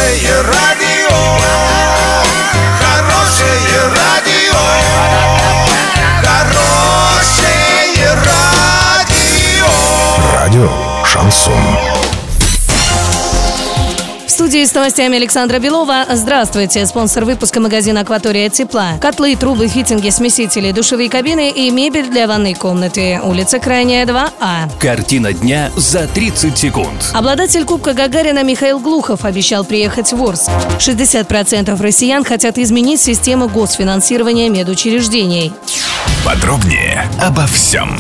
Хорошее радио, хорошее радио, хорошее радио. Радио «Шансон». В студии с новостями Александра Белова. Здравствуйте. Спонсор выпуска — магазин «Акватория тепла». Котлы, трубы, фитинги, смесители, душевые кабины и мебель для ванной комнаты. Улица Крайняя, 2А. Картина дня за 30 секунд. Обладатель Кубка Гагарина Михаил Глухов обещал приехать в Орск. 60% россиян хотят изменить систему госфинансирования медучреждений. Подробнее обо всем.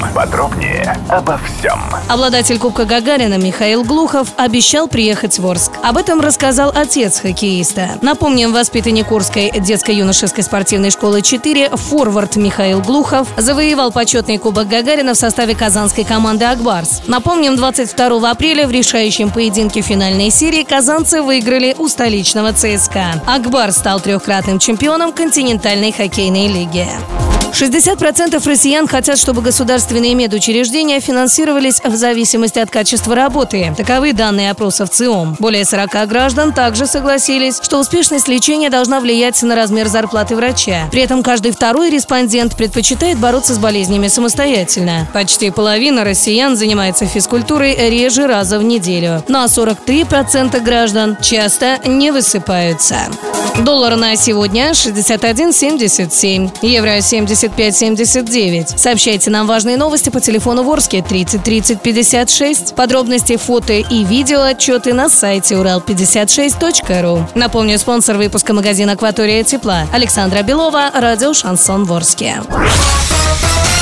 Обладатель Кубка Гагарина Михаил Глухов обещал приехать в Орск. Об этом рассказал отец хоккеиста. Напомним, воспитанник Орской детско-юношеской спортивной школы 4, форвард Михаил Глухов, завоевал почетный Кубок Гагарина в составе казанской команды «Акбарс». Напомним, 22 апреля в решающем поединке финальной серии казанцы выиграли у столичного ЦСКА. «Акбарс» стал трехкратным чемпионом континентальной хоккейной лиги. 60% россиян хотят, чтобы государственные медучреждения финансировались в зависимости от качества работы. Таковы данные опроса в ЦИОМ. Более 40 граждан также согласились, что успешность лечения должна влиять на размер зарплаты врача. При этом каждый второй респондент предпочитает бороться с болезнями самостоятельно. Почти половина россиян занимается физкультурой реже раза в неделю. Ну а 43% граждан часто не высыпаются. Доллар на сегодня 61,77, евро 75,79. Сообщайте нам важные новости по телефону в Орске 30 30 56. Подробности, фото и видео отчеты на сайте урал56.ру. Напомню, спонсор выпуска — магазин «Акватория тепла». Александра Белова, радио «Шансон» в Орске.